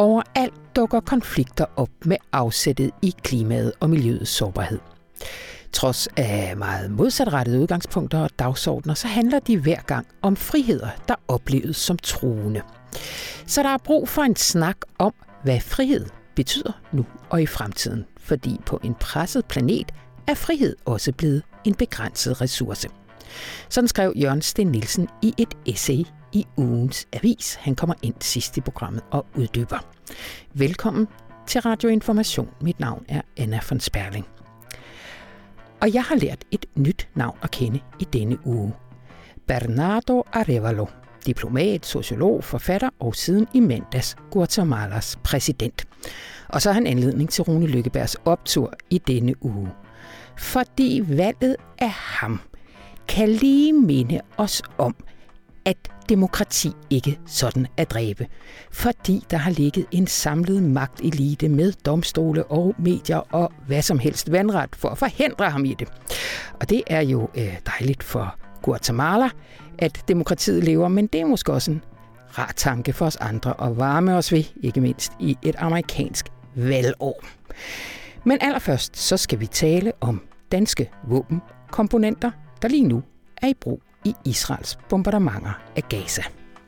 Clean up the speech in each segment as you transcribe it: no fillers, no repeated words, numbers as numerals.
Overalt dukker konflikter op med afsættet i klimaet og miljøets sårbarhed. Trods af meget modsatrettede udgangspunkter og dagsordner, så handler de hver gang om friheder, der opleves som truende. Så der er brug for en snak om, hvad frihed betyder nu og i fremtiden. Fordi på en presset planet er frihed også blevet en begrænset ressource. Sådan skrev Jørgen Sten Nielsen i et essay i ugens avis. Han kommer ind sidst i programmet og uddyber. Velkommen til Radio Information. Mit navn er Anna von Sperling. Og jeg har lært et nyt navn at kende i denne uge. Bernardo Arévalo, diplomat, sociolog, forfatter og siden i mandags Guatemalas præsident. Og så har han anledning til Rune Lykkebergs optur i denne uge. Fordi valget af ham kan lige minde os om, at demokrati ikke sådan at dræbe. Fordi der har ligget en samlet magtelite med domstole og medier og hvad som helst vandret for at forhindre ham i det. Og det er jo dejligt for Guatemala, at demokratiet lever, men det er måske også en rar tanke for os andre at varme os ved, ikke mindst i et amerikansk valgår. Men allerførst så skal vi tale om danske våbenkomponenter, der lige nu er i brug i Israels bombardementer af Gaza.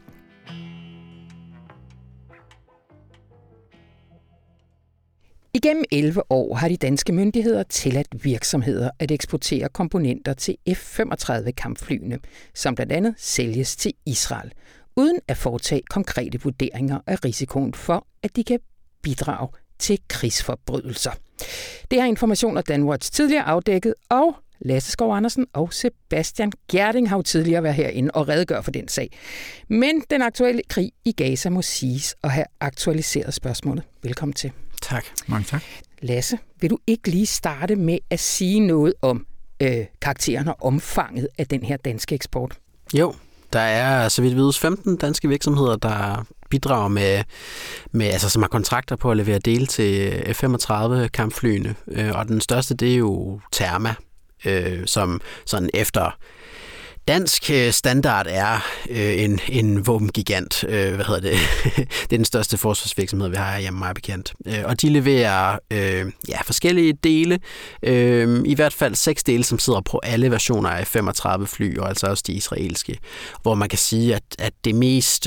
Igennem 11 år har de danske myndigheder tilladt virksomheder at eksportere komponenter til F-35 kampflyene, som blandt andet sælges til Israel, uden at foretage konkrete vurderinger af risikoen for, at de kan bidrage til krigsforbrydelser. Det har Information og Danwatch tidligere afdækket, og Lasse Skov Andersen og Sebastian Gjerding har jo tidligere været herinde og redegør for den sag. Men den aktuelle krig i Gaza må siges at have aktualiseret spørgsmålet. Velkommen til. Tak. Mange tak. Lasse, vil du ikke lige starte med at sige noget om karakteren og omfanget af den her danske eksport? Jo, der er så vidt vides 15 danske virksomheder, der bidrager med altså, som har kontrakter på at levere dele til F-35 kampflyene. Og den største, det er jo Therma, som sådan efter dansk standard er en våbengigant. Det er den største forsvarsvirksomhed, vi har hjemme, mig bekendt. Og de leverer forskellige dele. I hvert fald 6 dele, som sidder på alle versioner af F-35 fly, og altså også de israelske. Hvor man kan sige, at det mest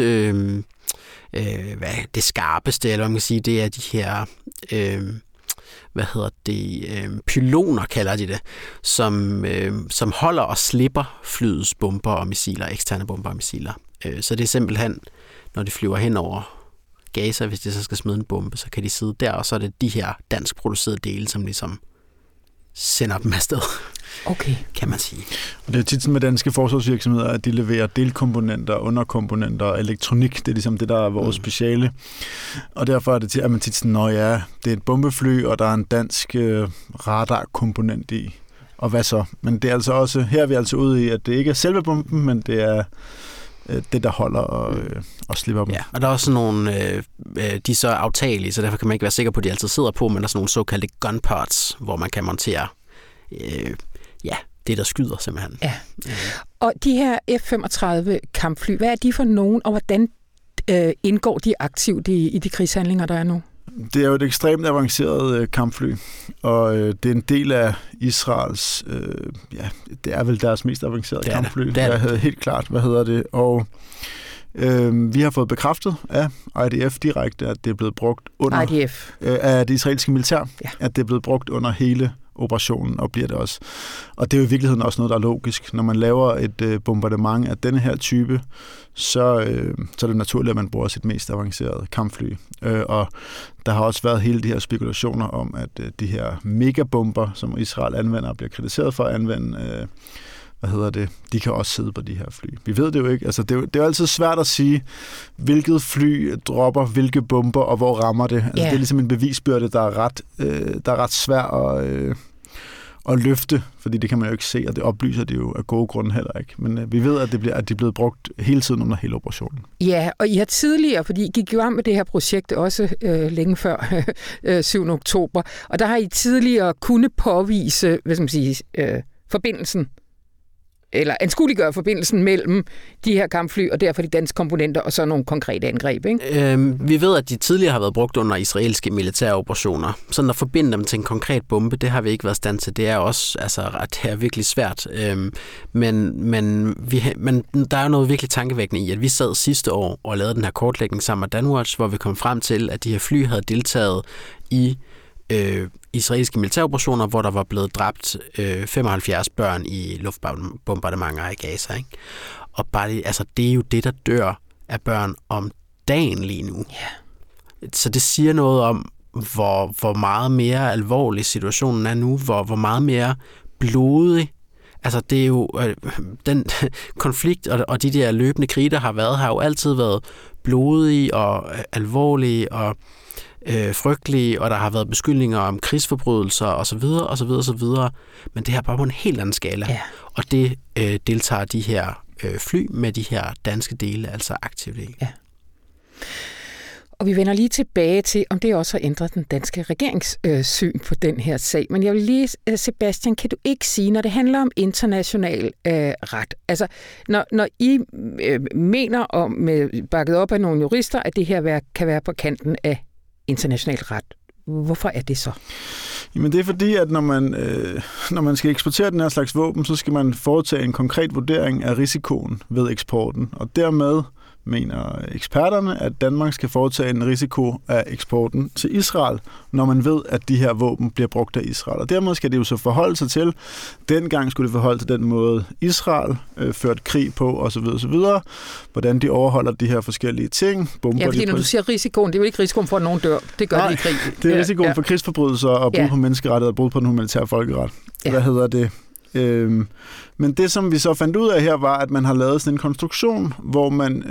det skarpeste, eller hvad man kan sige, det er de her pyloner kalder de det, som holder og slipper flyets bomber og missiler, eksterne bomber og missiler. Så det er simpelthen, når de flyver hen over Gaza, hvis de så skal smide en bombe, så kan de sidde der, og så er det de her dansk producerede dele, som ligesom sender dem afsted. Okay. Kan man sige. Og det er tit med danske forsvarsvirksomheder, at de leverer delkomponenter, underkomponenter og elektronik. Det er ligesom det, der er vores speciale. Og derfor er det til, at man tit sådan, det er et bombefly, og der er en dansk radarkomponent i. Og hvad så? Men det er altså også, her er vi altså ude i, at det ikke er selve bomben, men det er det, der holder og slipper dem. Ja, og der er også nogle, de er så aftagelige, så derfor kan man ikke være sikker på, at de altid sidder på, men der er sådan nogle såkaldte gun parts, hvor man kan montere det, der skyder simpelthen. Ja. Og de her F-35 kampfly, hvad er de for nogen, og hvordan indgår de aktivt i de krigshandlinger, der er nu? Det er jo et ekstremt avanceret kampfly, og det er en del af Israels, det er vel deres mest avancerede kampfly. Det er helt klart, og vi har fået bekræftet af IDF direkte, at det er blevet brugt under af det israelske militær, at det er blevet brugt under hele operationen, og bliver det også. Og det er jo i virkeligheden også noget, der er logisk. Når man laver et bombardement af denne her type, så er det naturligt, at man bruger sit mest avancerede kampfly. Og der har også været hele de her spekulationer om, at de her megabomber, som Israel anvender og bliver kritiseret for at anvende, de kan også sidde på de her fly. Vi ved det jo ikke. Altså, det er jo altid svært at sige, hvilket fly dropper hvilke bomber, og hvor rammer det. Altså, det er ligesom en bevisbyrde, der er ret svær at løfte, fordi det kan man jo ikke se, og det oplyser det jo af gode grunde heller ikke. Men vi ved, at de er blevet brugt hele tiden under hele operationen. Ja, og I har tidligere, fordi I gik jo om med det her projekt også længe før 7. oktober, og der har I tidligere kunne påvise, forbindelsen eller anskueliggøre forbindelsen mellem de her kampfly og derfor de danske komponenter og så nogle konkrete angreb, ikke? Vi ved, at de tidligere har været brugt under israelske militære operationer. Sådan at forbinde dem til en konkret bombe, det har vi ikke været i stand til. Det er også det er virkelig svært. Men der er jo noget virkelig tankevækkende i, at vi sad sidste år og lavede den her kortlægning sammen med Danwatch, hvor vi kom frem til, at de her fly havde deltaget i israelske militæroperationer, hvor der var blevet dræbt 75 børn i luftbombardementer af Gaza. Ikke? Og bare det er jo det, der dør af børn om dagen lige nu. Yeah. Så det siger noget om, hvor meget mere alvorlig situationen er nu, hvor meget mere blodig. Altså det er jo den konflikt og de der løbende krige, der har været, har jo altid været blodige og alvorlige og frygtelige, og der har været beskyldninger om krigsforbrydelser osv. osv. Men det her bare på en helt anden skala. Ja. Og det deltager de her fly med de her danske dele altså aktivt i. Ja. Og vi vender lige tilbage til, om det også har ændret den danske regerings syn på den her sag. Men jeg vil lige, Sebastian, kan du ikke sige, når det handler om international ret, altså når I mener, og bakket op af nogle jurister, at det her kan være på kanten af international ret, hvorfor er det så? Jamen det er fordi, at når man skal eksportere den her slags våben, så skal man foretage en konkret vurdering af risikoen ved eksporten. Og dermed mener eksperterne, at Danmark skal foretage en risiko af eksporten til Israel, når man ved, at de her våben bliver brugt af Israel. Og dermed skal det jo så forholde sig til, dengang skulle det forholde til den måde, Israel førte krig på, osv. Hvordan de overholder de her forskellige ting. Ja, fordi når du siger risikoen, det er jo ikke risikoen for, at nogen dør. Det gør de i krig. Det er risikoen for krigsforbrydelser og brud på menneskerettigheder og brud på den humanitære folkeret. Ja. Hvad hedder det? Men det, som vi så fandt ud af her, var, at man har lavet sådan en konstruktion, hvor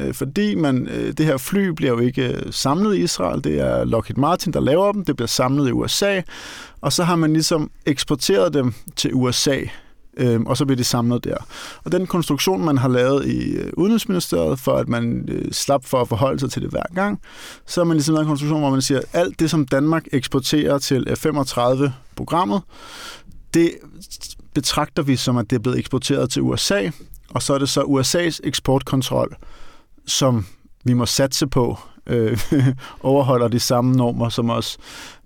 det her fly bliver jo ikke samlet i Israel, det er Lockheed Martin, der laver dem, det bliver samlet i USA, og så har man ligesom eksporteret dem til USA, og så bliver de samlet der. Og den konstruktion, man har lavet i Udenrigsministeriet, for at man slap for at forholde sig til det hver gang, så har man ligesom lavet en konstruktion, hvor man siger, at alt det, som Danmark eksporterer til F-35-programmet, det betragter vi som, at det er blevet eksporteret til USA, og så er det så USA's eksportkontrol, som vi må satse på, overholder de samme normer som os.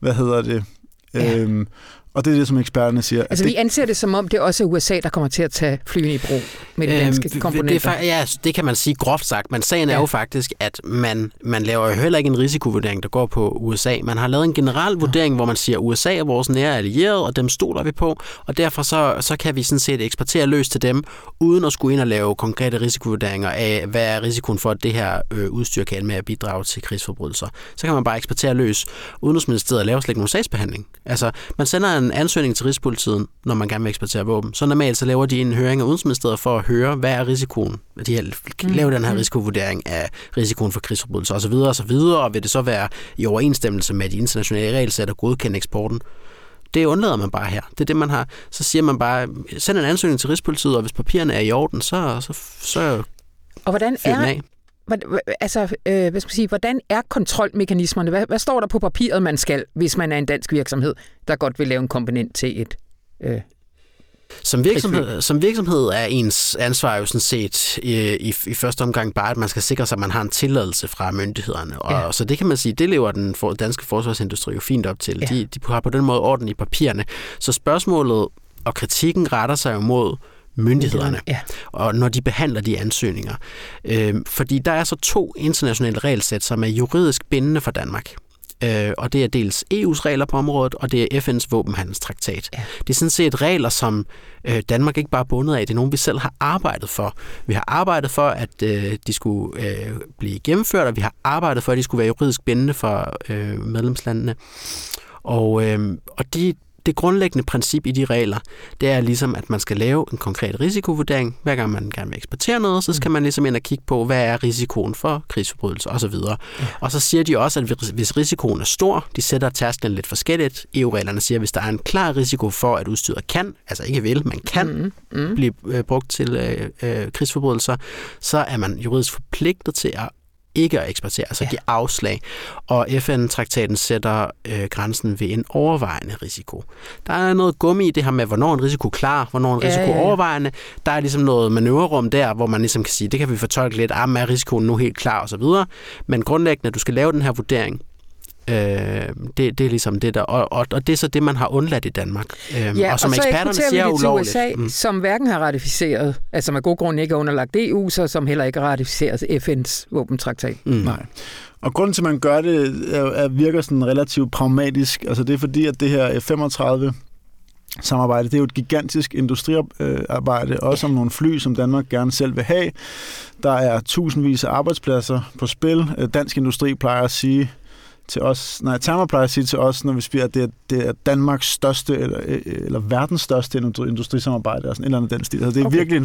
Og det er det, som eksperterne siger. Altså vi anser det som om, det er også USA, der kommer til at tage flyene i brug med de danske komponenter. Det kan man sige groft sagt, men sagen er jo faktisk, at man laver jo heller ikke en risikovurdering, der går på USA. Man har lavet en generel vurdering, hvor man siger, at USA er vores nære allierede, og dem stoler vi på, og derfor så kan vi sådan set eksportere løs til dem, uden at skulle ind og lave konkrete risikovurderinger af, hvad er risikoen for, at det her udstyr kan med at bidrage til krigsforbrydelser. Så kan man bare eksportere løs. Udenrigsministeriet laver slet ikke nogen sagsbehandling. Altså, man sender en ansøgning til Rigspolitiet, når man gerne vil eksportere våben. Så normalt så laver de en høring af Udenrigsministeriet for at høre, hvad er risikoen. De laver den her risikovurdering af risikoen for krigsforbrydelser osv. Og vil det så være i overensstemmelse med de internationale regelsæt og godkende eksporten. Det undlader man bare her. Det er det, man har. Så siger man bare, send en ansøgning til Rigspolitiet, og hvis papirerne er i orden, så og hvordan er hvordan er kontrolmekanismerne? Hvad står der på papiret, man skal, hvis man er en dansk virksomhed, der godt vil lave en komponent til et Som virksomhed er ens ansvar jo sådan set i første omgang bare, at man skal sikre sig, at man har en tilladelse fra myndighederne. Og så det kan man sige, det lever den danske forsvarsindustri jo fint op til. Ja. De har på den måde orden i papirerne. Så spørgsmålet og kritikken retter sig jo mod myndighederne, og når de behandler de ansøgninger. Fordi der er så 2 internationale regelsæt, som er juridisk bindende for Danmark. Og det er dels EU's regler på området, og det er FN's våbenhandelstraktat. Ja. Det er sådan set regler, som Danmark ikke bare er bundet af. Det er nogle, vi selv har arbejdet for. Vi har arbejdet for, at de skulle blive gennemført, og vi har arbejdet for, at de skulle være juridisk bindende for medlemslandene. Og det grundlæggende princip i de regler, det er ligesom, at man skal lave en konkret risikovurdering. Hver gang man gerne vil eksportere noget, så skal man ligesom ind og kigge på, hvad er risikoen for krigsforbrydelser osv. Ja. Og så siger de også, at hvis risikoen er stor, de sætter tærsklen lidt forskelligt. EU-reglerne siger, at hvis der er en klar risiko for, at udstyret kan, altså ikke vil, men kan blive brugt til krigsforbrydelser, så er man juridisk forpligtet til at ikke at eksportere, altså give afslag. Og FN-traktaten sætter grænsen ved en overvejende risiko. Der er noget gummi i det her med, hvornår en risiko klar, hvornår en risiko overvejende. Der er ligesom noget manøvrerum der, hvor man ligesom kan sige, det kan vi fortolke lidt, er risikoen nu helt klar osv. Men grundlæggende, at du skal lave den her vurdering, det er ligesom det der, og det er så det, man har undladt i Danmark. Og som eksperterne siger ulovligt. USA, som hverken har ratificeret, altså med god grund ikke er underlagt EU, så som heller ikke har ratificeret FN's våbentraktat. Nej. Og grunden til, at man gør det, virker sådan relativt pragmatisk. Altså det er fordi, at det her F-35 samarbejde, det er jo et gigantisk industriarbejde, også om nogle fly, som Danmark gerne selv vil have. Der er tusindvis af arbejdspladser på spil. Dansk Industri plejer at sige til os, Therma plejer at sige til os, når vi spiger, at det er Danmarks største, eller verdens største industrisamarbejde, og sådan en eller anden den stil. Altså, det er virkelig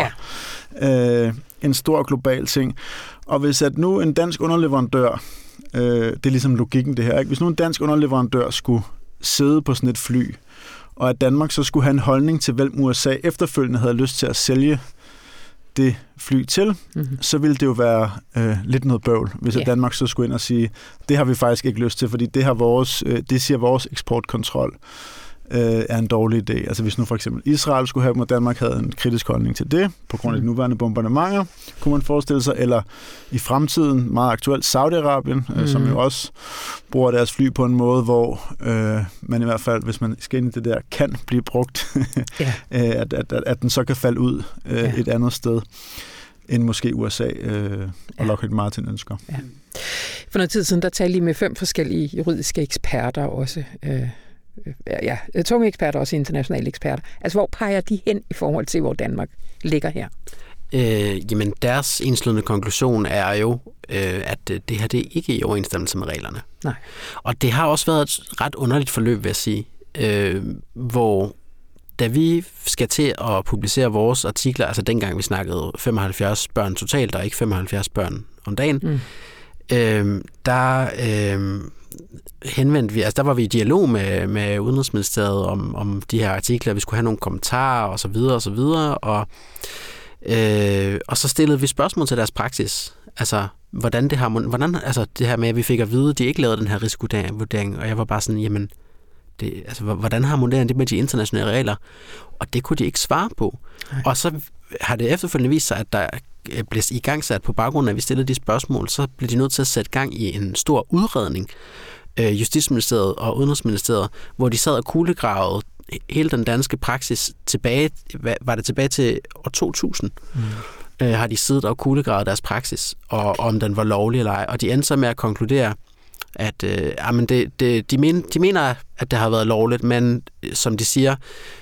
en stor global ting. Og hvis at nu en dansk underleverandør, det er ligesom logikken det her, ikke? Hvis nu en dansk underleverandør skulle sidde på sådan et fly, og at Danmark så skulle have en holdning til, hvem USA efterfølgende havde lyst til at sælge det fly til, så ville det jo være lidt noget bøvl, hvis at Danmark så skulle ind og sige, det har vi faktisk ikke lyst til, fordi det siger vores eksportkontrol er en dårlig idé. Altså hvis nu for eksempel Israel skulle have dem, og Danmark havde en kritisk holdning til det, på grund af de nuværende bombardementer, kunne man forestille sig, eller i fremtiden, meget aktuelt, Saudi-Arabien, som jo også bruger deres fly på en måde, hvor man i hvert fald, hvis man skal ind i det der, kan blive brugt, at den så kan falde ud et andet sted, end måske USA og Lockheed Martin ønsker. Ja. For noget tid siden, der talte I med 5 forskellige juridiske eksperter også, tunge eksperter, også internationale eksperter. Altså, hvor peger de hen i forhold til, hvor Danmark ligger her? Jamen, deres enslydende konklusion er jo, at det her det er ikke i overensstemmelse med reglerne. Nej. Og det har også været et ret underligt forløb, vil jeg sige, hvor da vi skal til at publicere vores artikler, altså dengang vi snakkede 75 børn totalt, og ikke 75 børn om dagen, henvendte vi, altså der var vi i dialog med Udenrigsministeriet om de her artikler, vi skulle have nogle kommentarer og så videre, og så stillede vi spørgsmål til deres praksis, altså hvordan altså det her med, at vi fik at vide, at de ikke lavede den her risikovurdering, og jeg var bare sådan, jamen, hvordan harmonerer det med de internationale regler? Og det kunne de ikke svare på. Nej. Og så har det efterfølgende vist sig, at der blev i gang sat på baggrund af, at vi stillede de spørgsmål, så blev de nødt til at sætte gang i en stor udredning, Justitsministeriet og Udenrigsministeriet, hvor de sad og kuglegravede hele den danske praksis tilbage til år 2000, har de siddet og kuglegravet deres praksis, og om den var lovlig eller ej. Og de endte så med at konkludere, at de mener, at det har været lovligt, men som de siger,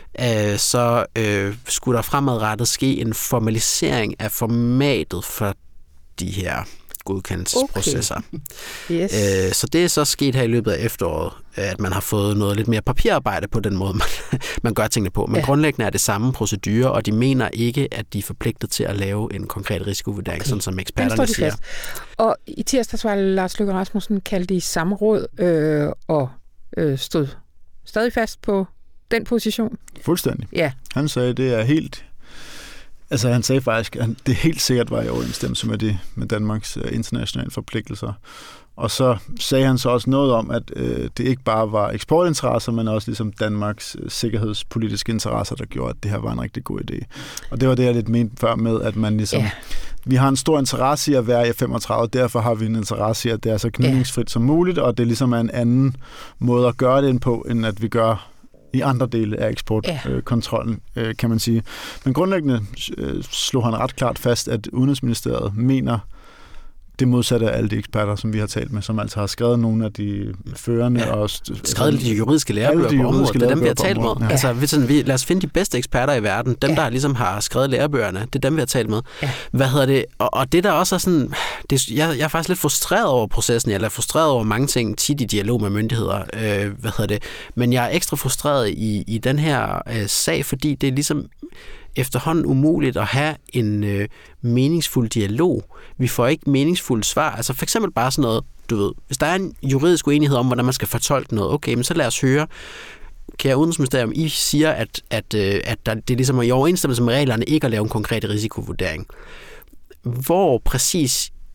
så skulle der fremadrettet ske en formalisering af formatet for de her godkendelsesprocesser. Okay. Yes. Så det er så sket her i løbet af efteråret, at man har fået noget lidt mere papirarbejde på den måde, man gør tingene på. Men grundlæggende er det samme procedure, og de mener ikke, at de er forpligtet til at lave en konkret risikovurdering, sådan som eksperterne siger. Fast. Og i tirsdags var Lars Løkke Rasmussen kaldt i samråd og stod stadig fast på den position. Fuldstændig. Ja. Han sagde, det er helt... Altså han sagde faktisk, at det helt sikkert var i overensstemmelse med Danmarks internationale forpligtelser. Og så sagde han så også noget om, at det ikke bare var eksportinteresser, men også ligesom Danmarks sikkerhedspolitiske interesser, der gjorde, at det her var en rigtig god idé. Og det var det, jeg lidt mente før med, at man ligesom... Ja. Vi har en stor interesse i at være i F-35, derfor har vi en interesse i, at det er så gnidningsfrit som muligt, og det ligesom er en anden måde at gøre det på, end at vi gør i andre dele af eksportkontrollen, kan man sige. Men grundlæggende slog han ret klart fast, at Udenrigsministeriet mener det modsatte af alle de eksperter, som vi har talt med, som altså har skrevet nogle af de førende og skrevet de juridiske lærebøger på området. Det er dem, vi har talt med. Ja. Altså, lad os finde de bedste eksperter i verden. Dem, der ligesom har skrevet lærebøgerne, det er dem, vi har talt med. Ja. Og det der også er sådan... Jeg er faktisk lidt frustreret over processen. Jeg er frustreret over mange ting, tit i dialog med myndigheder. Men jeg er ekstra frustreret i den her sag, fordi det er ligesom efterhånden umuligt at have en meningsfuld dialog. Vi får ikke meningsfulde svar. Altså for eksempel bare sådan noget, du ved, hvis der er en juridisk uenighed om, hvordan man skal fortolke noget, okay, men så lad os høre, kære Udenrigsministerium, I siger, at det ligesom er i overensstemmelse med reglerne ikke at lave en konkret risikovurdering. Hvor præcis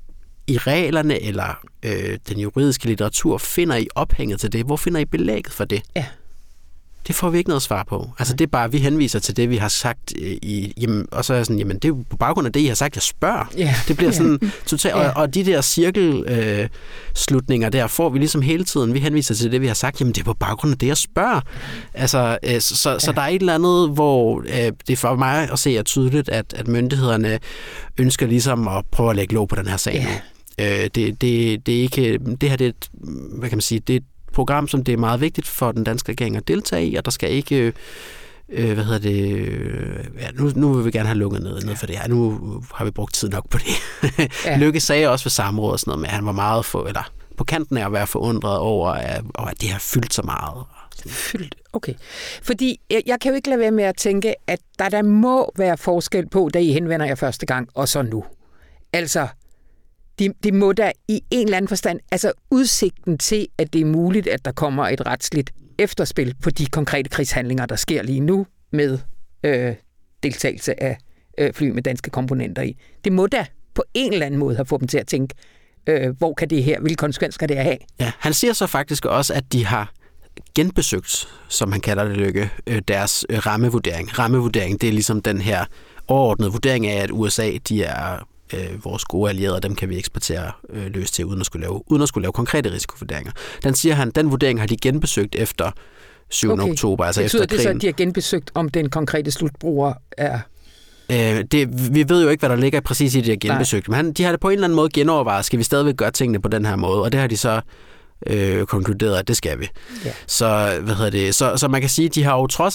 i reglerne eller den juridiske litteratur finder I ophænget til det? Hvor finder I belægget for det? Ja. Det får vi ikke noget svar på. Altså det er bare, vi henviser til det, vi har sagt, og så er jeg sådan, jamen det er jo på baggrund af det, I har sagt, jeg spørger. Yeah. Det bliver sådan totalt, og de der cirkelslutninger der får vi ligesom hele tiden. Vi henviser til det, vi har sagt, jamen det er på baggrund af det, jeg spørger. Altså, så der er et eller andet, hvor det for mig at se er tydeligt, at myndighederne ønsker ligesom at prøve at lægge låg på den her sag nu. Det er ikke, det her det er et, hvad kan man sige, det er et program, som det er meget vigtigt for den danske regering at deltage i, og der skal ikke, nu vil vi gerne have lukket ned for det her. Nu har vi brugt tid nok på det. Lykke sagde også ved samråd og sådan noget med, at han var meget på kanten af at være forundret over, at det har fyldt så meget. Fyldt, okay. Fordi jeg kan jo ikke lade være med at tænke, at der må være forskel på, da I henvender jer første gang, og så nu. Altså, det må da i en eller anden forstand, altså udsigten til, at det er muligt, at der kommer et retsligt efterspil på de konkrete krigshandlinger, der sker lige nu med deltagelse af fly med danske komponenter i. Det må da på en eller anden måde have fået dem til at tænke, hvor kan det her, hvilke konsekvenser skal det have? Ja, han siger så faktisk også, at de har genbesøgt, som han kalder det, Lykke, deres rammevurdering. Rammevurdering, det er ligesom den her overordnede vurdering af, at USA, de er vores gode allierede, og dem kan vi eksportere løs til, uden at skulle lave konkrete risikovurderinger. Den vurdering har de genbesøgt efter 7. oktober, altså efter krigen. Det så, at de har genbesøgt, om den konkrete slutbruger er... Vi ved jo ikke, hvad der ligger præcis i, de har genbesøgt. Men de har det på en eller anden måde genovervejet, skal vi stadigvæk gøre tingene på den her måde, og det har de så konkluderet, at det skal vi. Ja. Så man kan sige, at de har jo trods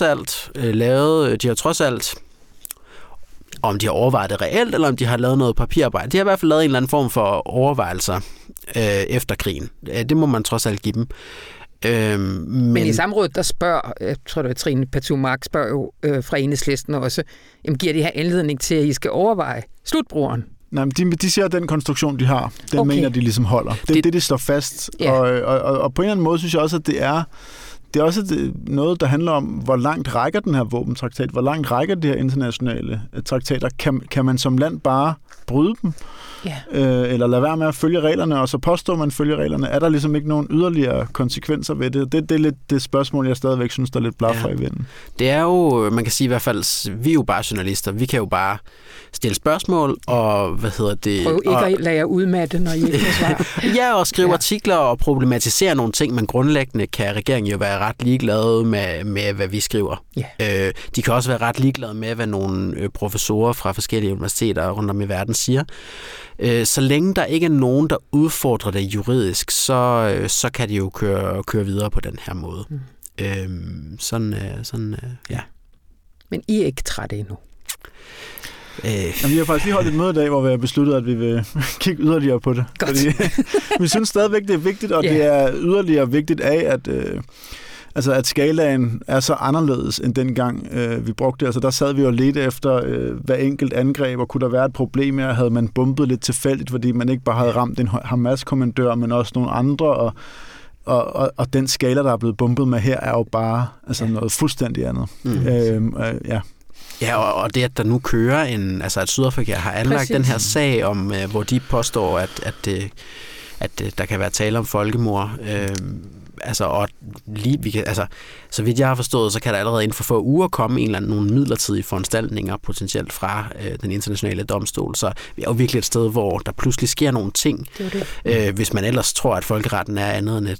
alt om de har overvejet det reelt, eller om de har lavet noget papirarbejde. De har i hvert fald lavet en eller anden form for overvejelser efter krigen. Det må man trods alt give dem. Men i samrådet, der spørger, jeg tror det var Trine Patu-Mark, spørger jo fra Enhedslisten også, giver det her anledning til, at I skal overveje slutbrugeren? Nej, men de siger, at den konstruktion, de har, den mener de ligesom holder. Det de står fast. Ja. Og på en eller anden måde synes jeg også, at det er også noget, der handler om, hvor langt rækker den her våbentraktat, hvor langt rækker de her internationale traktater. Kan man som land bare bryde dem? Yeah. Eller lade være med at følge reglerne, og så påstår man følge reglerne. Er der ligesom ikke nogen yderligere konsekvenser ved det? Det er lidt det spørgsmål, jeg stadigvæk synes, der er lidt blaffer i vinden. Det er jo, man kan sige i hvert fald, vi er jo bare journalister. Vi kan jo bare stille spørgsmål, og prøv ikke at lade jer udmatte, når I ikke kan svare. Ja, og skrive artikler og problematisere nogle ting, men grundlæggende kan regeringen jo være ret ligeglade med hvad vi skriver. Yeah. De kan også være ret ligeglade med, hvad nogle professorer fra forskellige universiteter rundt om i verden siger. Så længe der ikke er nogen, der udfordrer det juridisk, så kan de jo køre videre på den her måde. Ja. Men I er ikke trætte endnu? Jamen, vi har faktisk lige holdt et møde i dag, hvor vi har besluttet, at vi vil kigge yderligere på det. Godt. Fordi vi synes stadigvæk, det er vigtigt, og det er yderligere vigtigt af, at skalaen er så anderledes end dengang vi brugte det. Altså der sad vi og ledte efter hver enkelt angreb, og kunne der være et problem med, at havde man bombet lidt tilfældigt, fordi man ikke bare havde ramt en Hamas-kommandør, men også nogle andre, og den skala, der er blevet bombet med her, er jo bare noget fuldstændig andet. Ja, og det, at der nu kører at Sydafrika har anlagt den her sag om, hvor de påstår, at der kan være tale om folkemord. Så vidt jeg har forstået, så kan der allerede inden for få uger komme nogle midlertidige foranstaltninger potentielt fra den internationale domstol. Så vi er jo virkelig et sted, hvor der pludselig sker nogle ting, hvis man ellers tror, at folkeretten er andet end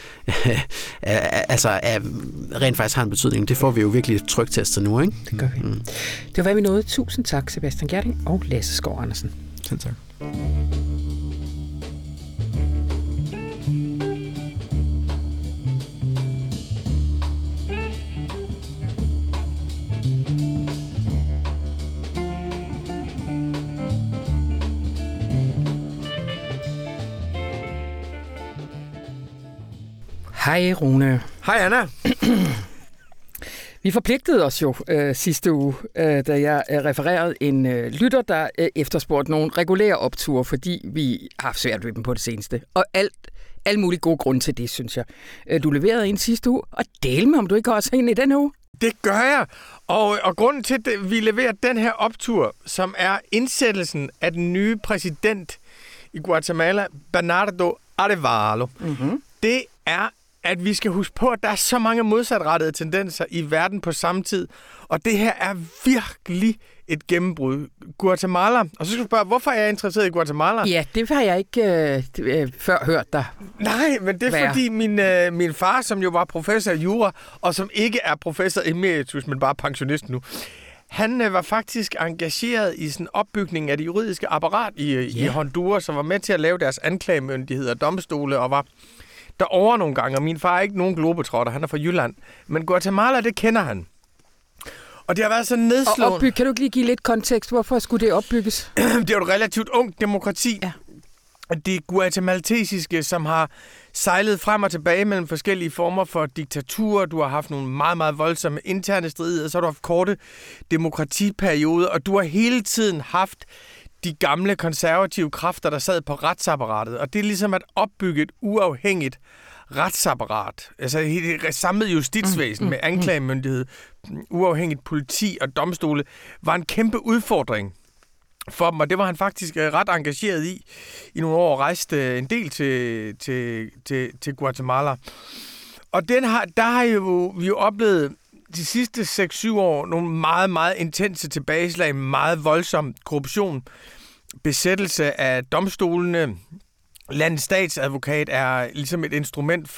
rent faktisk har en betydning. Det får vi jo virkelig tryktestet nu, ikke? Det gør vi. Det var, hvad vi nåede. Tusind tak, Sebastian Gjerding og Lasse Skov Andersen. Selv tak. Hej Rune. Hej Anna. Vi forpligtede os jo sidste uge, da jeg refererede en lytter, der efterspurgte nogle regulære opture, fordi vi har haft svært ved dem på det seneste. Og alle mulige gode grunde til det, synes jeg. Du leverede en sidste uge, og del med, om du ikke også har en i denne uge. Det gør jeg, og grunden til, at vi leverer den her optur, som er indsættelsen af den nye præsident i Guatemala, Bernardo Arevalo, det er, at vi skal huske på, at der er så mange modsatrettede tendenser i verden på samme tid. Og det her er virkelig et gennembrud. Guatemala. Og så skal du spørge, hvorfor er jeg interesseret i Guatemala? Ja, det har jeg ikke før hørt dig. Nej, men det er fordi min far, som jo var professor i jura, og som ikke er professor emeritus, men bare pensionist nu, han var faktisk engageret i sådan opbygningen af det juridiske apparat i Honduras, og var med til at lave deres anklagemyndighed og domstole, og var derovre nogle gange. Og min far er ikke nogen globetrotter, han er fra Jylland. Men Guatemala, det kender han. Og det har været så nedslående. Og kan du ikke lige give lidt kontekst? Hvorfor skulle det opbygges? Det er jo et relativt ungt demokrati. Ja. Det guatemaltesiske, som har sejlet frem og tilbage mellem forskellige former for diktaturer. Du har haft nogle meget, meget voldsomme interne stridigheder, så har du haft korte demokratiperioder, og du har hele tiden haft de gamle konservative kræfter, der sad på retsapparatet. Og det er ligesom at opbygge et uafhængigt retsapparat, altså et samlet justitsvæsen med anklagemyndighed, uafhængigt politi og domstole, var en kæmpe udfordring for dem, og det var han faktisk ret engageret i nogle år, og rejste en del til Guatemala. Og der har vi jo oplevet de sidste 6-7 år nogle meget, meget intense tilbageslag, meget voldsom korruption, besættelse af domstolene. Landets statsadvokat er ligesom et instrument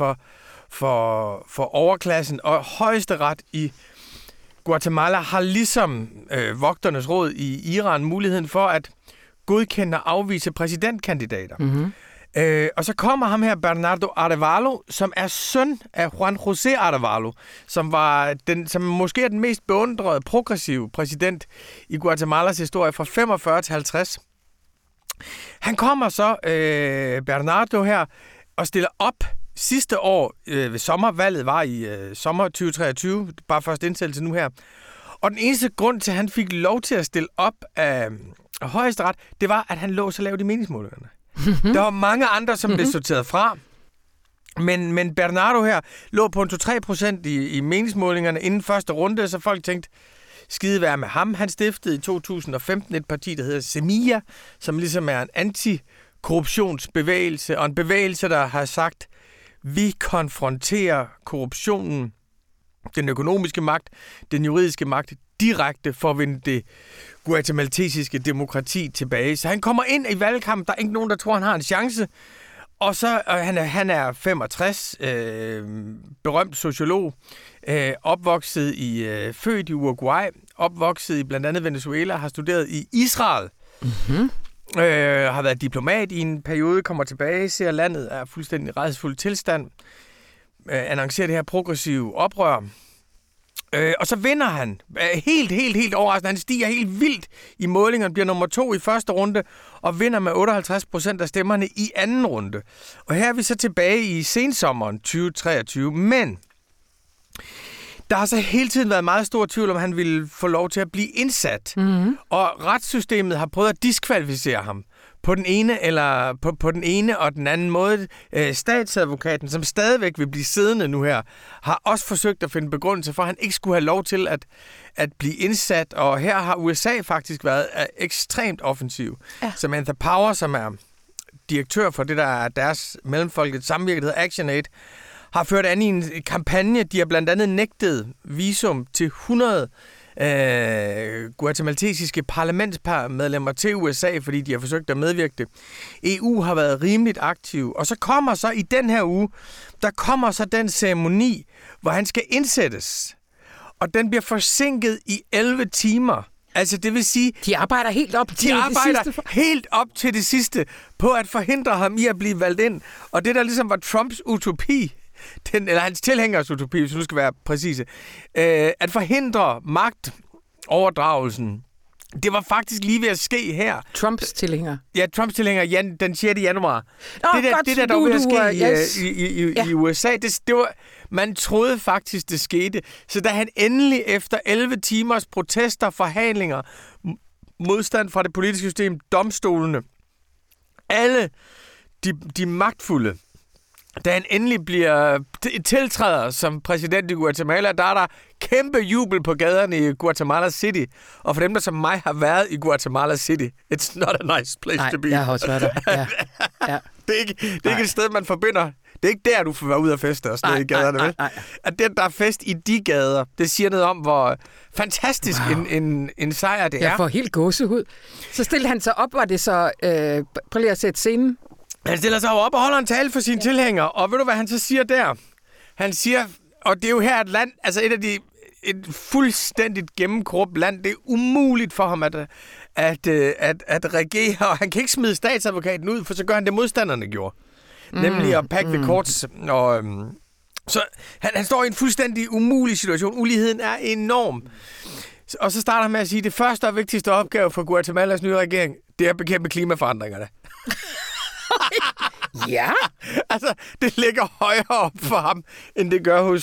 for overklassen, og højesteret i Guatemala har ligesom vogternes råd i Iran muligheden for at godkende og afvise præsidentkandidater. Og så kommer ham her, Bernardo Arevalo, som er søn af Juan José Arevalo, som måske er den mest beundrede progressive præsident i Guatemalas historie fra 45 til 50. Han kommer så, Bernardo her, og stiller op sidste år ved sommervalget, var i sommer 2023, bare først indsættelse nu her. Og den eneste grund til, at han fik lov til at stille op af højesteret, det var, at han lå så lavt i meningsmålingerne. Der var mange andre, som blev sorteret fra. Men Bernardo her lå på en 2-3% i meningsmålingerne inden første runde, så folk tænkte, skide være med ham. Han stiftede i 2015 et parti, der hedder Semilla, som ligesom er en antikorruptionsbevægelse, og en bevægelse, der har sagt, vi konfronterer korruptionen, den økonomiske magt, den juridiske magt, direkte for at vinde det guatemaltesiske demokrati tilbage. Så han kommer ind i valgkampen, der er ikke nogen, der tror, han har en chance. Og så han er 65, berømt sociolog, født i Uruguay, opvokset i blandt andet Venezuela, har studeret i Israel, har været diplomat i en periode, kommer tilbage, ser landet er fuldstændig rædselsfuld tilstand, annoncerer det her progressive oprør, og så vinder han helt overraskende. Han stiger helt vildt i målingerne, bliver nummer 2 i første runde, og vinder med 58% af stemmerne i anden runde. Og her er vi så tilbage i sensommeren 2023, men der har så hele tiden været meget stor tvivl om, han ville få lov til at blive indsat. Og retssystemet har prøvet at diskvalificere ham på den ene eller på den ene og den anden måde. Statsadvokaten, som stadigvæk vil blive siddende nu her, har også forsøgt at finde begrundelse for, at han ikke skulle have lov til at blive indsat. Og her har USA faktisk været ekstremt offensiv. Ja. Samantha Power, som er direktør for det, der er deres mellemfolkeligt samvirke, der hedder ActionAid, har ført an i en kampagne. De har blandt andet nægtet visum til 100 guatemaltesiske parlamentsmedlemmer til USA, fordi de har forsøgt at medvirke det. EU har været rimeligt aktiv, og så kommer så i den her uge, der kommer så den ceremoni, hvor han skal indsættes. Og den bliver forsinket i 11 timer. Altså det vil sige... De arbejder helt op til det sidste på at forhindre ham i at blive valgt ind. Og det der ligesom var Trumps utopi, eller hans tilhængers utopi, hvis du skal være præcise, at forhindre magtoverdragelsen, det var faktisk lige ved at ske her. Trumps tilhænger? Ja, Trumps tilhænger den 6. januar. Det der dog ved at ske i USA, det var, man troede faktisk, det skete. Så da han endelig efter 11 timers protester, forhandlinger, modstand fra det politiske system, domstolene, alle de magtfulde, da han endelig bliver tiltræder som præsident i Guatemala, der er der kæmpe jubel på gaderne i Guatemala City. Og for dem, der som mig har været i Guatemala City, it's not a nice place to be. Nej, jeg har også været der. Ja. Det er ikke et sted, man forbinder. Det er ikke der, du får være ud og feste og sådan noget i gaderne, vel? At der er fest i de gader, det siger noget om, hvor fantastisk en sejr det er. Jeg får helt gåsehud. Så stillede han sig op, var det så... prøv lige at sætte scenen. Han stiller sig op og holder en tale for sine tilhængere, og ved du, hvad han så siger der? Han siger, og det er jo her et land, altså et fuldstændigt gennemkorrupt land, det er umuligt for ham at regere, og han kan ikke smide statsadvokaten ud, for så gør han det, modstanderne gjorde. Nemlig at pakke the courts. Og, så han står i en fuldstændig umulig situation. Uligheden er enorm. Og så starter han med at sige, at det første og vigtigste opgave for Guatemalas nye regering, det er at bekæmpe klimaforandringerne. Ja. Altså, det ligger højere op for ham, end det gør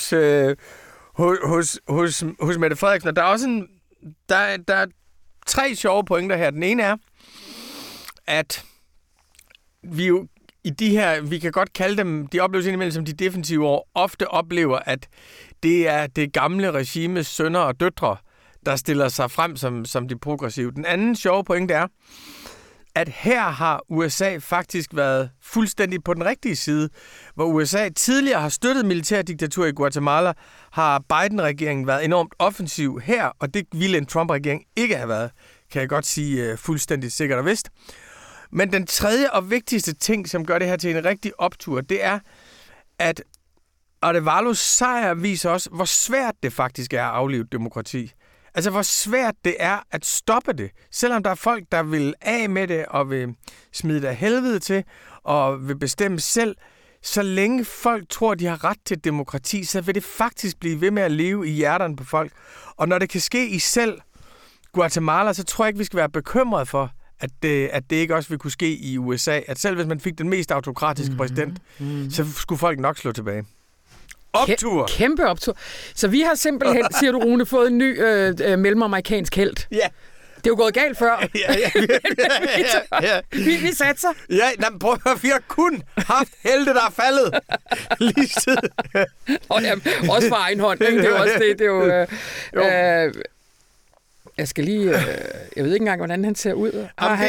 hos Mette Frederiksen. Og der er også der er 3 sjove pointer her. Den ene er, at vi jo i de her, vi kan godt kalde dem, de opleves indimellem som de defensive år, ofte oplever, at det er det gamle regimes sønner og døtre, der stiller sig frem som de progressive. Den anden sjove pointe er, at her har USA faktisk været fuldstændig på den rigtige side. Hvor USA tidligere har støttet militærdiktatur i Guatemala, har Biden-regeringen været enormt offensiv her, og det ville en Trump-regering ikke have været, kan jeg godt sige fuldstændig sikkert og vist. Men den tredje og vigtigste ting, som gør det her til en rigtig optur, det er, at Arevalos sejr viser os, hvor svært det faktisk er at aflive demokrati. Altså, hvor svært det er at stoppe det. Selvom der er folk, der vil af med det og vil smide det af helvede til og vil bestemme selv, så længe folk tror, de har ret til demokrati, så vil det faktisk blive ved med at leve i hjerterne på folk. Og når det kan ske i selv Guatemala, så tror jeg ikke, vi skal være bekymrede for, at det ikke også vil kunne ske i USA. At selv hvis man fik den mest autokratiske præsident, så skulle folk nok slå tilbage. Optur! Kæmpe optur. Så vi har simpelthen, siger du, Rune, fået en ny mellemamerikansk helt. Ja. Det er jo gået galt før. Ja. Vi satser. Ja, prøv at høre, vi har kun haft helte, der er faldet. Lige siden. Også for egen hånd, ikke? Det er jo også det. Det er jo... Jeg skal lige... jeg ved ikke engang, hvordan han ser ud.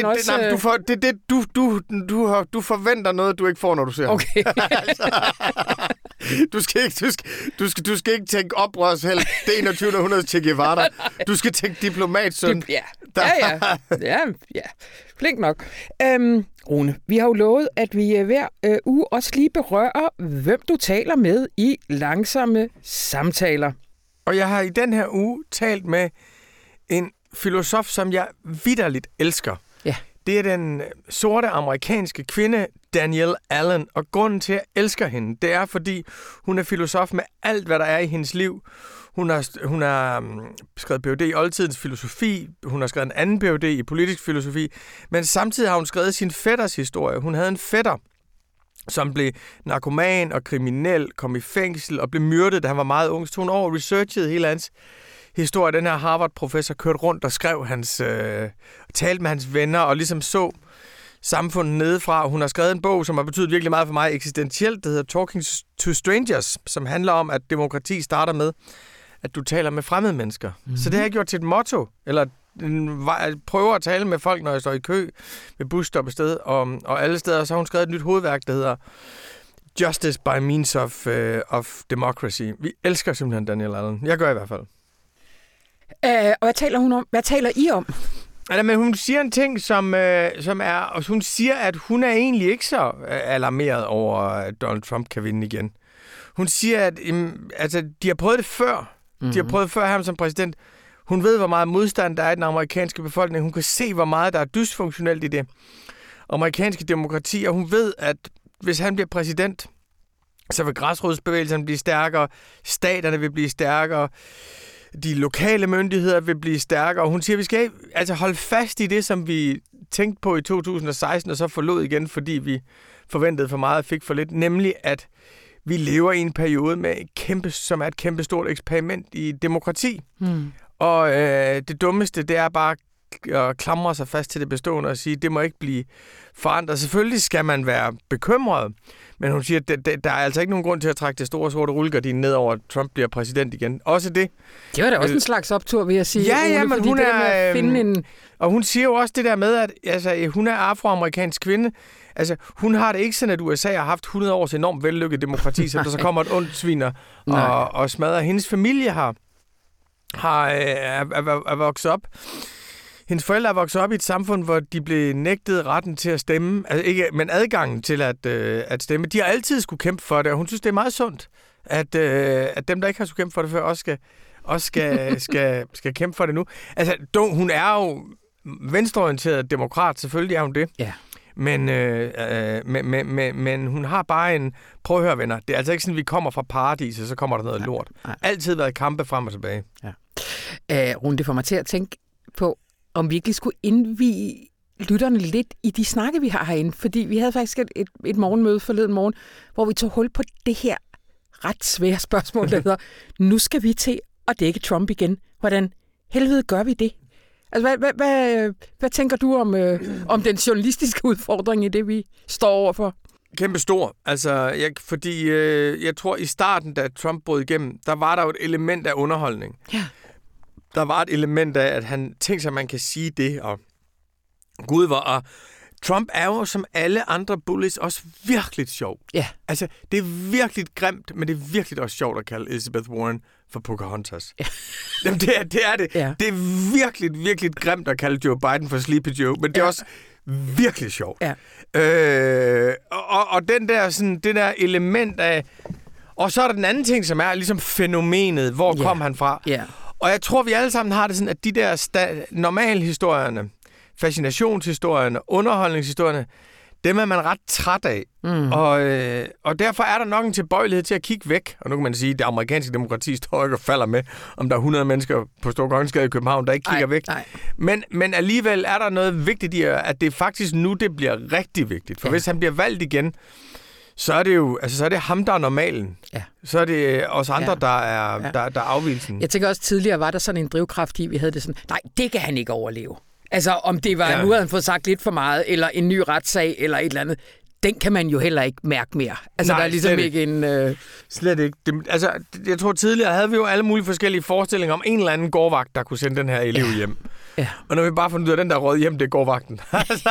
Du forventer noget, du ikke får, når du ser ham. Okay. Du skal ikke tænke oprørshelt, det 21. århundrede Che Guevara. Du skal tænke diplomatsøn. Ja. Flink nok. Rune, vi har jo lovet, at vi hver uge også lige berører, hvem du taler med i langsomme samtaler. Og jeg har i den her uge talt med en filosof, som jeg vitterligt elsker. Ja. Det er den sorte amerikanske kvinde, Danielle Allen. Og grunden til, at jeg elsker hende, det er, fordi hun er filosof med alt, hvad der er i hendes liv. Hun har skrevet Ph.D. i oldtidens filosofi. Hun har skrevet en anden Ph.D. i politisk filosofi. Men samtidig har hun skrevet sin fætters historie. Hun havde en fætter, som blev narkoman og kriminel, kom i fængsel og blev myrdet, da han var meget ung. Så tog hun over og researchede hele hans historie. Den her Harvard-professor kørte rundt og skrev talte med hans venner og ligesom så samfundet nedefra. Hun har skrevet en bog, som har betydet virkelig meget for mig eksistentielt. Det hedder Talking to Strangers, som handler om, at demokrati starter med, at du taler med fremmede mennesker. Mm-hmm. Så det har jeg gjort til et motto, eller prøver at tale med folk, når jeg står i kø ved busstoppested og alle steder. Så har hun skrevet et nyt hovedværk, der hedder Justice by Means of Democracy. Vi elsker simpelthen Danielle Allen. Jeg gør i hvert fald. Og hvad taler hun om? Hvad taler I om? Altså, men hun siger en ting, som er... Og hun siger, at hun er egentlig ikke så alarmeret over, at Donald Trump kan vinde igen. Hun siger, at de har prøvet det før. Mm-hmm. De har prøvet før ham som præsident. Hun ved, hvor meget modstand der er i den amerikanske befolkning. Hun kan se, hvor meget der er dysfunktionelt i det amerikanske demokrati. Og hun ved, at hvis han bliver præsident, så vil græsrodsbevægelsen blive stærkere. Staterne vil blive stærkere. De lokale myndigheder vil blive stærkere, og hun siger, at vi skal holde fast i det, som vi tænkte på i 2016, og så forlod igen, fordi vi forventede for meget og fik for lidt, nemlig at vi lever i en periode med som er et kæmpe stort eksperiment i demokrati. Og det dummeste, det er bare at klamre sig fast til det bestående og sige, at det må ikke blive forandret. Selvfølgelig skal man være bekymret, men hun siger, at der er altså ikke nogen grund til at trække det store sorte rullegardin ned over, at Trump bliver præsident igen. Også det. Det var da også en slags optur, vil jeg sige. Ja, men hun er... Finde en... Og hun siger jo også det der med, at altså, hun er afroamerikansk kvinde. Altså, hun har det ikke sådan, at USA har haft 100 års enormt vellykket demokrati, så der så kommer et ondt sviner og smadrer. Hendes familie er vokset op. Hendes forældre er vokset op i et samfund, hvor de blev nægtet retten til at stemme. Altså ikke, men adgangen til at stemme. De har altid skulle kæmpe for det, og hun synes, det er meget sundt, at dem, der ikke har skulle kæmpe for det før, også skal kæmpe for det nu. Altså, hun er jo venstreorienteret demokrat, selvfølgelig er hun det. Ja. Men hun har bare en... Prøv at høre, venner. Det er altså ikke sådan, at vi kommer fra paradiset, så kommer der noget lort. Nej. Altid været kampe frem og tilbage. Ja. Rune, det får mig til at tænke på, om vi ikke skulle indvie lytterne lidt i de snakke, vi har herinde. Fordi vi havde faktisk et morgenmøde forleden morgen, hvor vi tog hul på det her ret svære spørgsmål, der hedder, nu skal vi til at dække Trump igen. Hvordan helvede gør vi det? Altså, hvad tænker du om den journalistiske udfordring i det, vi står overfor? Kæmpe stor. Altså, jeg tror, i starten, da Trump brød igennem, der var der jo et element af underholdning. Ja. Der var et element af, at han tænkte sig, at man kan sige det, og Gud var... Og Trump er jo, som alle andre bullies, også virkelig sjov. Ja. Altså, det er virkelig grimt, men det er virkelig også sjovt at kalde Elizabeth Warren for Pocahontas. Ja. Jamen, det er det. Ja. Det er virkelig, virkelig grimt at kalde Joe Biden for Sleepy Joe, men det er også virkelig sjovt. Ja. Og den der, sådan, det der element af... Og så er der den anden ting, som er ligesom fænomenet. Hvor kom han fra? Ja. Og jeg tror, vi alle sammen har det sådan, at de der normalhistorierne, fascinationshistorierne, underholdningshistorierne, dem er man ret træt af. Mm. Og derfor er der nok en tilbøjelighed til at kigge væk. Og nu kan man sige, at det amerikanske demokrati står ikke og falder med, om der er 100 mennesker på Storkongensgade i København, der ikke kigger væk. Men alligevel er der noget vigtigt i, at det er faktisk nu, det bliver rigtig vigtigt. For hvis han bliver valgt igen, så er det jo, altså så er det ham, der er normalen. Ja. Så er det os andre, der er afvigelsen. Jeg tænker også, tidligere var der sådan en drivkraft i, vi havde det sådan, nej, det kan han ikke overleve. Altså om det var, nu havde han fået sagt lidt for meget, eller en ny retssag, eller et eller andet, den kan man jo heller ikke mærke mere. Altså der er ligesom ikke en... Slet ikke. Jeg tror tidligere havde vi jo alle mulige forskellige forestillinger om en eller anden gårdvagt, der kunne sende den her elev hjem. Ja. Og når vi bare fundet ud af, den der råd hjem, det er gårdvagten.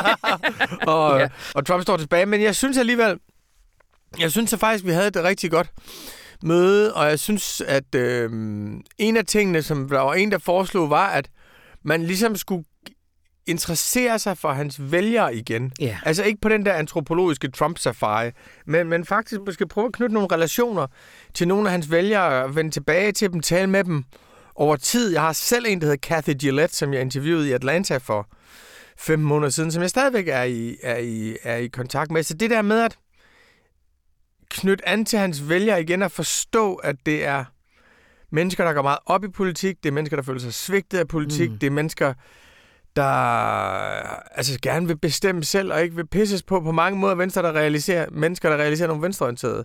Og Trump står tilbage, men jeg synes alligevel, faktisk, vi havde et rigtig godt møde, og jeg synes, at en af tingene, som der var en, der foreslog, var, at man ligesom skulle interessere sig for hans vælgere igen. Yeah. Altså ikke på den der antropologiske Trump-safari, men faktisk måske prøve at knytte nogle relationer til nogle af hans vælgere, vende tilbage til dem, tale med dem over tid. Jeg har selv en, der hedder Kathy Gillette, som jeg interviewede i Atlanta for 5 måneder siden, som jeg stadigvæk er i kontakt med. Så det der med at knytte an til hans vælgere igen og forstå, at det er mennesker, der går meget op i politik, det er mennesker, der føler sig svigtet af politik, det er mennesker, der altså gerne vil bestemme selv og ikke vil pisses på mange måder mennesker, der realiserer nogle venstreorienterede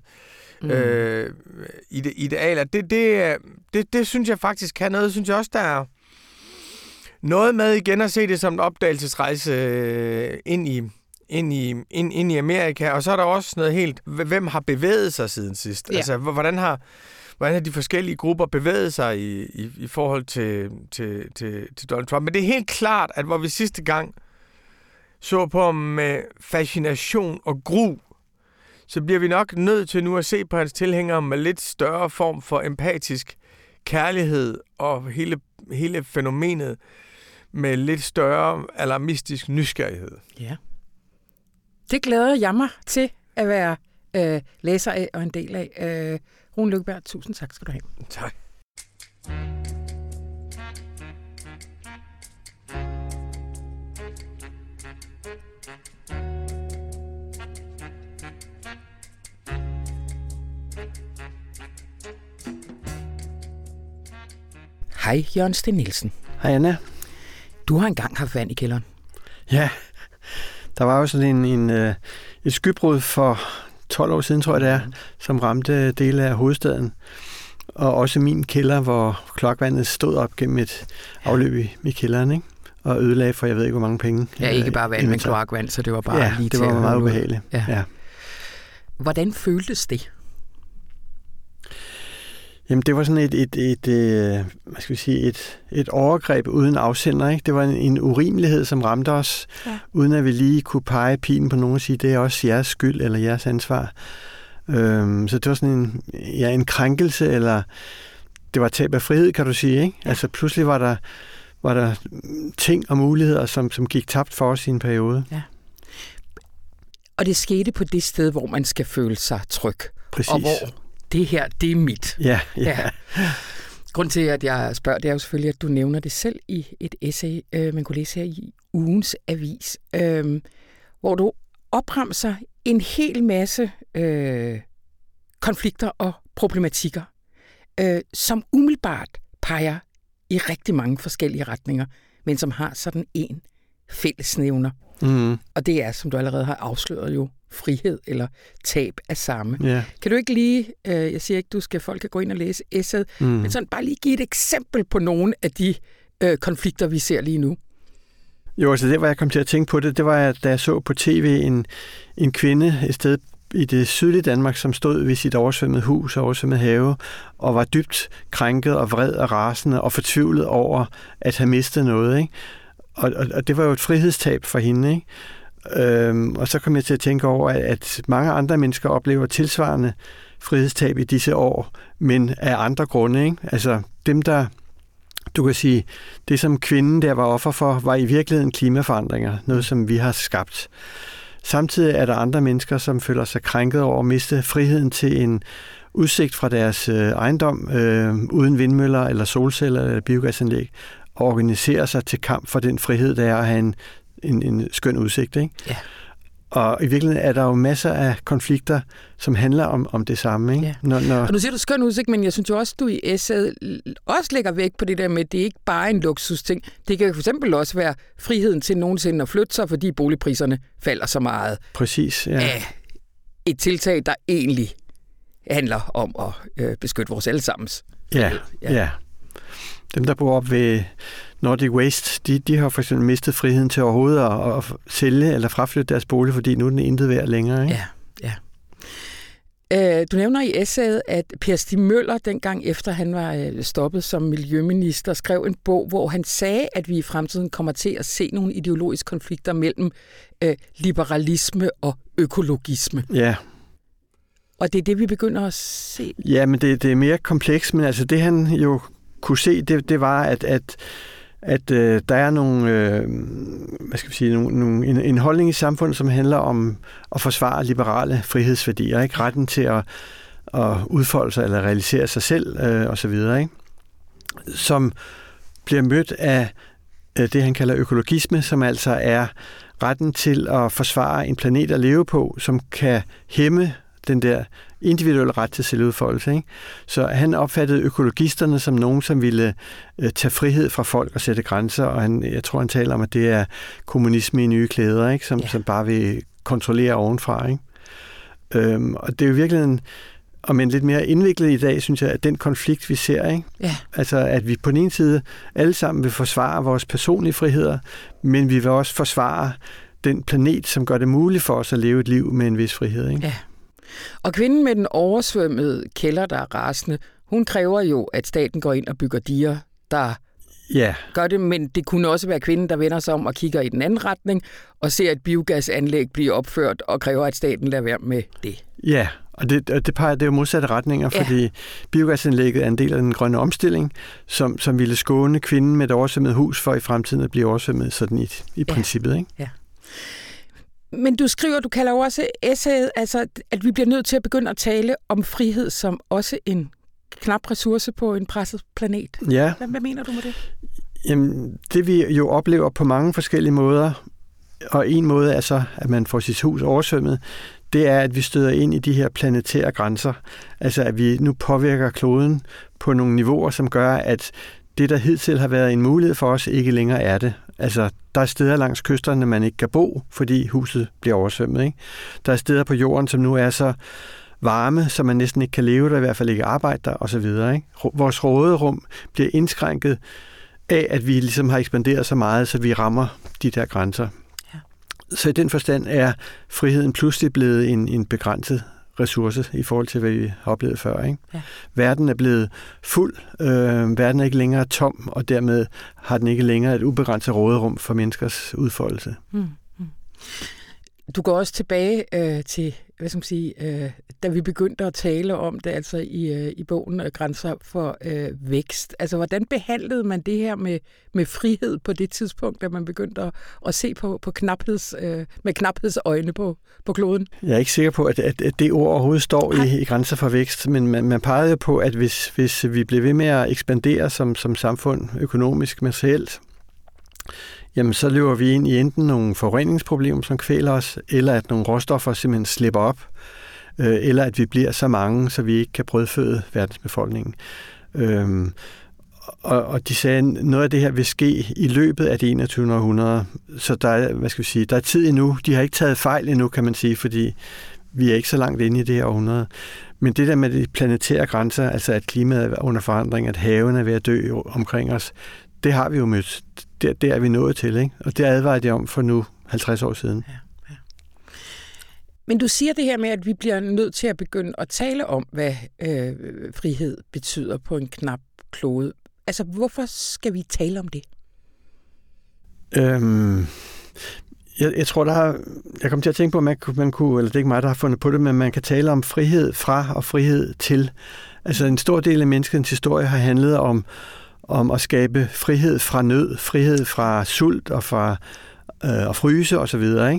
idealer. Det synes jeg faktisk kan noget. Det synes jeg også, der er noget med igen at se det som en opdagelsesrejse ind i Amerika. Og så er der også noget helt, hvem har bevæget sig siden sidst? Ja. Altså, hvordan har de forskellige grupper bevæget sig i forhold til Donald Trump. Men det er helt klart, at hvor vi sidste gang så på med fascination og gru, så bliver vi nok nødt til nu at se på hans tilhængere med lidt større form for empatisk kærlighed og hele fænomenet med lidt større alarmistisk nysgerrighed. Ja. Det glæder jeg mig til at være læser af og en del af. Rune Lykkeberg, tusind tak skal du have. Tak. Hej, Jørgen Sten Nielsen. Hej, Anna. Du har engang haft vand i kælderen. Ja, der var jo sådan et skybrud for 12 år siden, tror jeg det er, som ramte dele af hovedstaden. Og også min kælder, hvor klokvandet stod op gennem et afløb i kælderen. Ikke? og ødelagde for jeg ved ikke, hvor mange penge. Ja, ikke bare vand, men kloakvand, så det var bare lige til at det var meget ubehageligt. Ja. Hvordan føltes det? Jamen, det var sådan et overgreb uden afsender, ikke? Det var en urimelighed, som ramte os, uden at vi lige kunne pege pilen på nogen og sige, det er også jeres skyld eller jeres ansvar. Så det var sådan en krænkelse, eller det var tab af frihed, kan du sige, ikke? Ja. Altså, pludselig var der ting og muligheder, som gik tabt for os i en periode. Ja. Og det skete på det sted, hvor man skal føle sig tryg. Præcis. Og hvor det her, det er mit. Ja. Grunden til, at jeg spørger, det er jo selvfølgelig, at du nævner det selv i et essay, man kunne læse her i ugens avis, hvor du opremser en hel masse konflikter og problematikker, som umiddelbart peger i rigtig mange forskellige retninger, men som har sådan en fællesnævner. Mm. Og det er, som du allerede har afsløret jo, frihed eller tab af samme. Yeah. Kan du ikke lige, jeg siger ikke, folk kan gå ind og læse essayet, men sådan bare lige give et eksempel på nogle af de konflikter, vi ser lige nu? Jo, altså det, hvor jeg kom til at tænke på det var, da jeg så på tv en kvinde et sted i det sydlige Danmark, som stod ved sit oversvømmede hus og oversvømmede have, og var dybt krænket og vred og rasende og fortvivlet over at have mistet noget, ikke? Og det var jo et frihedstab for hende, ikke? Og så kom jeg til at tænke over, at mange andre mennesker oplever tilsvarende frihedstab i disse år, men af andre grunde, ikke? Altså dem, der, du kan sige, det som kvinden der var offer for, var i virkeligheden klimaforandringer, noget som vi har skabt. Samtidig er der andre mennesker, som føler sig krænket over at miste friheden til en udsigt fra deres ejendom, uden vindmøller eller solceller eller biogasanlæg, og organisere sig til kamp for den frihed, der er at have en skøn udsigt, ikke? Ja. Og i virkeligheden er der jo masser af konflikter, som handler om det samme, ikke? Ja. Og nu siger du skøn udsigt, men jeg synes jo også, du i essayet også lægger vægt på det der med, at det ikke bare er en luksusting. Det kan for eksempel også være friheden til nogensinde at flytte sig, fordi boligpriserne falder så meget. Præcis, ja. Af et tiltag, der egentlig handler om at beskytte vores allesammens frihed. Ja. Dem, der bor op ved Nordic Waste, de har for eksempel mistet friheden til overhovedet at sælge eller fraflytte deres bolig, fordi nu er den intet værd længere, ikke? Ja. Du nævner i essayet, at Per Stig Møller, dengang efter han var stoppet som miljøminister, skrev en bog, hvor han sagde, at vi i fremtiden kommer til at se nogle ideologiske konflikter mellem liberalisme og økologisme. Ja. Og det er det, vi begynder at se. Ja, men det er mere komplekst, men altså det han jo kunne se, det var, at der er nogle, en holdning i samfundet, som handler om at forsvare liberale frihedsværdier, ikke? Retten til at udfolde sig eller realisere sig selv og så videre, ikke? Som bliver mødt af det, han kalder økologisme, som altså er retten til at forsvare en planet at leve på, som kan hæmme den der individuelle ret til selvudfoldelse, ikke? Så han opfattede økologisterne som nogen, som ville tage frihed fra folk og sætte grænser, og jeg tror, han taler om, at det er kommunisme i nye klæder, ikke? Som bare vil kontrollere ovenfra, ikke? Og det er jo virkelig om en lidt mere indviklet i dag, synes jeg, at den konflikt, vi ser, ikke? Ja. Altså, at vi på den ene side alle sammen vil forsvare vores personlige friheder, men vi vil også forsvare den planet, som gør det muligt for os at leve et liv med en vis frihed, ikke? Ja. Og kvinden med den oversvømmede kælder, der er rasende, hun kræver jo, at staten går ind og bygger diger, der gør det, men det kunne også være kvinden, der vender sig om og kigger i den anden retning, og ser et biogasanlæg blive opført, og kræver, at staten lader være med det. Ja, og det peger det jo modsatte retninger, fordi biogasanlægget er en del af den grønne omstilling, som ville skåne kvinden med et oversvømmet hus, for i fremtiden at blive oversvømmet sådan i princippet, ikke? Ja. Men du kalder jo også essayet, altså, at vi bliver nødt til at begynde at tale om frihed som også en knap ressource på en presset planet. Ja. Hvad mener du med det? Jamen, det vi jo oplever på mange forskellige måder, og en måde er så, at man får sit hus oversvømmet, det er, at vi støder ind i de her planetære grænser. Altså, at vi nu påvirker kloden på nogle niveauer, som gør, at det, der hidtil har været en mulighed for os, ikke længere er det. Altså, der er steder langs kysterne, man ikke kan bo, fordi huset bliver oversvømmet, ikke? Der er steder på jorden, som nu er så varme, så man næsten ikke kan leve der, i hvert fald ikke arbejde der, osv., ikke? Vores råderum bliver indskrænket af, at vi ligesom har ekspanderet så meget, så vi rammer de der grænser. Ja. Så i den forstand er friheden pludselig blevet en begrænset ressource i forhold til, hvad vi har oplevet før. Ikke? Ja. Verden er blevet fuld, verden er ikke længere tom, og dermed har den ikke længere et ubegrænset råderum for menneskers udfoldelse. Du går også tilbage til, hvad skal man sige, da vi begyndte at tale om det, altså i bogen Grænser for vækst. Altså, hvordan behandlede man det her med frihed på det tidspunkt, da man begyndte at se på med knaphedsøjne på kloden? Jeg er ikke sikker på, at det ord overhovedet står i Grænser for vækst, men man pegede jo på, at hvis vi blev ved med at ekspandere som samfund økonomisk, materielt, jamen så løber vi ind i enten nogle forureningsproblemer, som kvæler os, eller at nogle råstoffer simpelthen slipper op, eller at vi bliver så mange, så vi ikke kan brødføde verdensbefolkningen. Og de sagde, at noget af det her vil ske i løbet af det 21. århundrede, så der er, der er tid endnu. De har ikke taget fejl endnu, kan man sige, fordi vi er ikke så langt inde i det her århundrede. Men det der med de planetære grænser, altså at klimaet er under forandring, at havene er ved at dø omkring os, det har vi jo mødt. Det er vi nået til, ikke? Og det advarede jeg om for nu 50 år siden. Ja. Men du siger det her med, at vi bliver nødt til at begynde at tale om, hvad frihed betyder på en knap klode. Altså, hvorfor skal vi tale om det? Jeg tror, jeg kom til at tænke på, at man kunne, eller det er ikke mig, der har fundet på det, men man kan tale om frihed fra og frihed til. Altså, en stor del af menneskets historie har handlet om at skabe frihed fra nød, frihed fra sult og fra at fryse osv.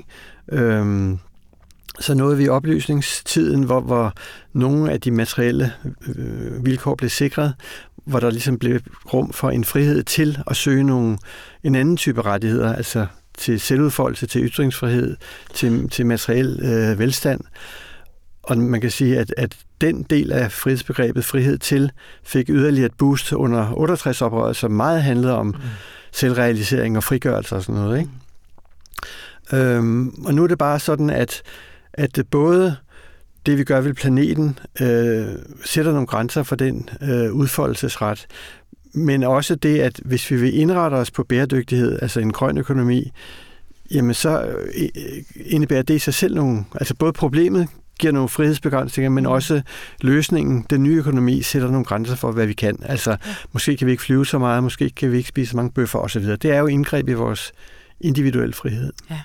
Så nåede vi i oplysningstiden, hvor nogle af de materielle vilkår blev sikret, hvor der ligesom blev rum for en frihed til at søge en anden type rettigheder, altså til selvudfoldelse, til ytringsfrihed, til materiel velstand. Og man kan sige, at den del af frihedsbegrebet, frihed til, fik yderligere et boost under 68-oprøret, som meget handlede om selvrealisering og frigørelse og sådan noget. Ikke? Og nu er det bare sådan, at både det, vi gør ved planeten, sætter nogle grænser for den udfoldelsesret, men også det, at hvis vi vil indrette os på bæredygtighed, altså en grøn økonomi, jamen så indebærer det i sig selv nogle, altså både problemet giver nogle frihedsbegrænsninger, men også løsningen, den nye økonomi, sætter nogle grænser for, hvad vi kan. Altså, måske kan vi ikke flyve så meget, måske kan vi ikke spise så mange bøffer osv. Det er jo indgreb i vores individuelle frihed. Ja.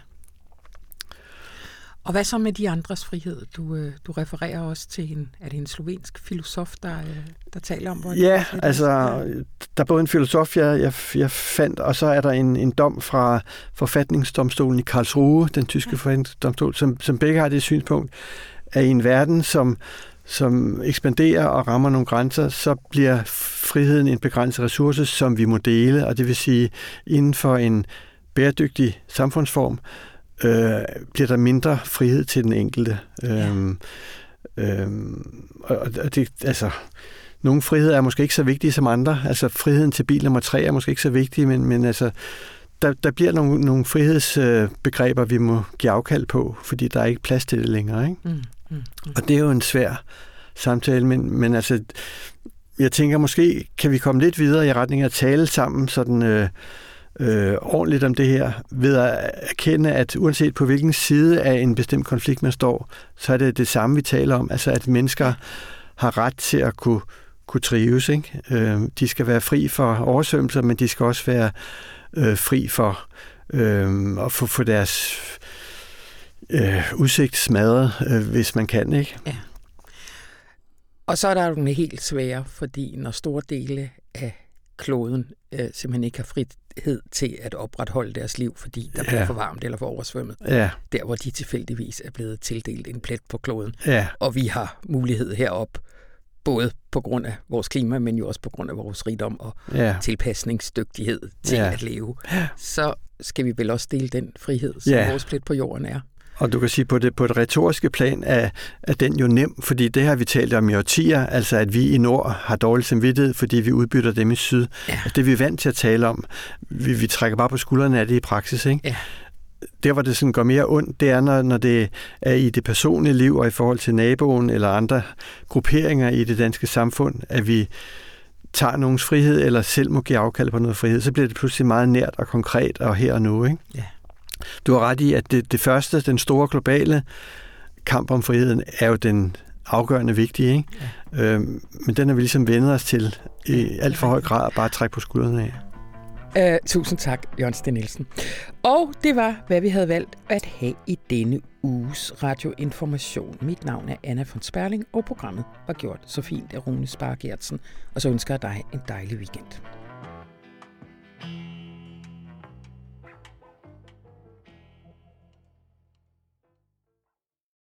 Og hvad så med de andres frihed? Du refererer også til en slovensk filosof, der taler om... Ja, altså, der er både en filosof, jeg fandt, og så er der en dom fra forfatningsdomstolen i Karlsruhe, den tyske forfatningsdomstol, som begge har det synspunkt, at i en verden, som ekspanderer og rammer nogle grænser, så bliver friheden en begrænset ressource, som vi må dele, og det vil sige, inden for en bæredygtig samfundsform, bliver der mindre frihed til den enkelte. Og det, altså, nogle friheder er måske ikke så vigtige som andre. Altså, friheden til bil nummer 3 er måske ikke så vigtig, men altså, der bliver nogle frihedsbegreber, vi må give afkald på, fordi der er ikke plads til det længere. Ikke? Og det er jo en svær samtale, men altså, jeg tænker, måske kan vi komme lidt videre i retning af at tale sammen sådan... ordentligt om det her, ved at erkende, at uanset på hvilken side af en bestemt konflikt man står, så er det det samme, vi taler om. Altså, at mennesker har ret til at kunne trives. Ikke? De skal være fri for oversvømmelser, men de skal også være fri for at få deres udsigt smadret, hvis man kan. Ikke? Ja. Og så er der jo nogle helt svære, fordi når store dele af kloden simpelthen ikke har frihed til at opretholde deres liv, fordi der bliver for varmt eller for oversvømmet. Ja. Der, hvor de tilfældigvis er blevet tildelt en plet på kloden. Ja. Og vi har mulighed herop, både på grund af vores klima, men jo også på grund af vores rigdom og tilpasningsdygtighed til at leve. Så skal vi vel også dele den frihed, som vores plet på jorden er. Og du kan sige, på et retoriske plan er den jo nem, fordi det har vi talt om i årtier, altså at vi i nord har dårlig samvittighed, fordi vi udbytter dem i syd. Ja. Altså, det er vi vant til at tale om. Vi trækker bare på skuldrene af det i praksis. Ikke? Ja. Der, hvor det sådan går mere ondt, det er, når det er i det personlige liv og i forhold til naboen eller andre grupperinger i det danske samfund, at vi tager nogens frihed, eller selv må give afkald på noget frihed, så bliver det pludselig meget nært og konkret og her og nu. Ikke? Ja. Du har ret i, at det første, den store globale kamp om friheden, er jo den afgørende vigtige. Ikke? Ja. Men den har vi ligesom vendet os til i alt for høj grad at bare trække på skuldrene af. Tusind tak, Jørgen Steen Nielsen. Og det var, hvad vi havde valgt at have i denne uges radioinformation. Mit navn er Anna von Sperling, og programmet var gjort så fint af Rune Sparre Gertsen. Og så ønsker jeg dig en dejlig weekend.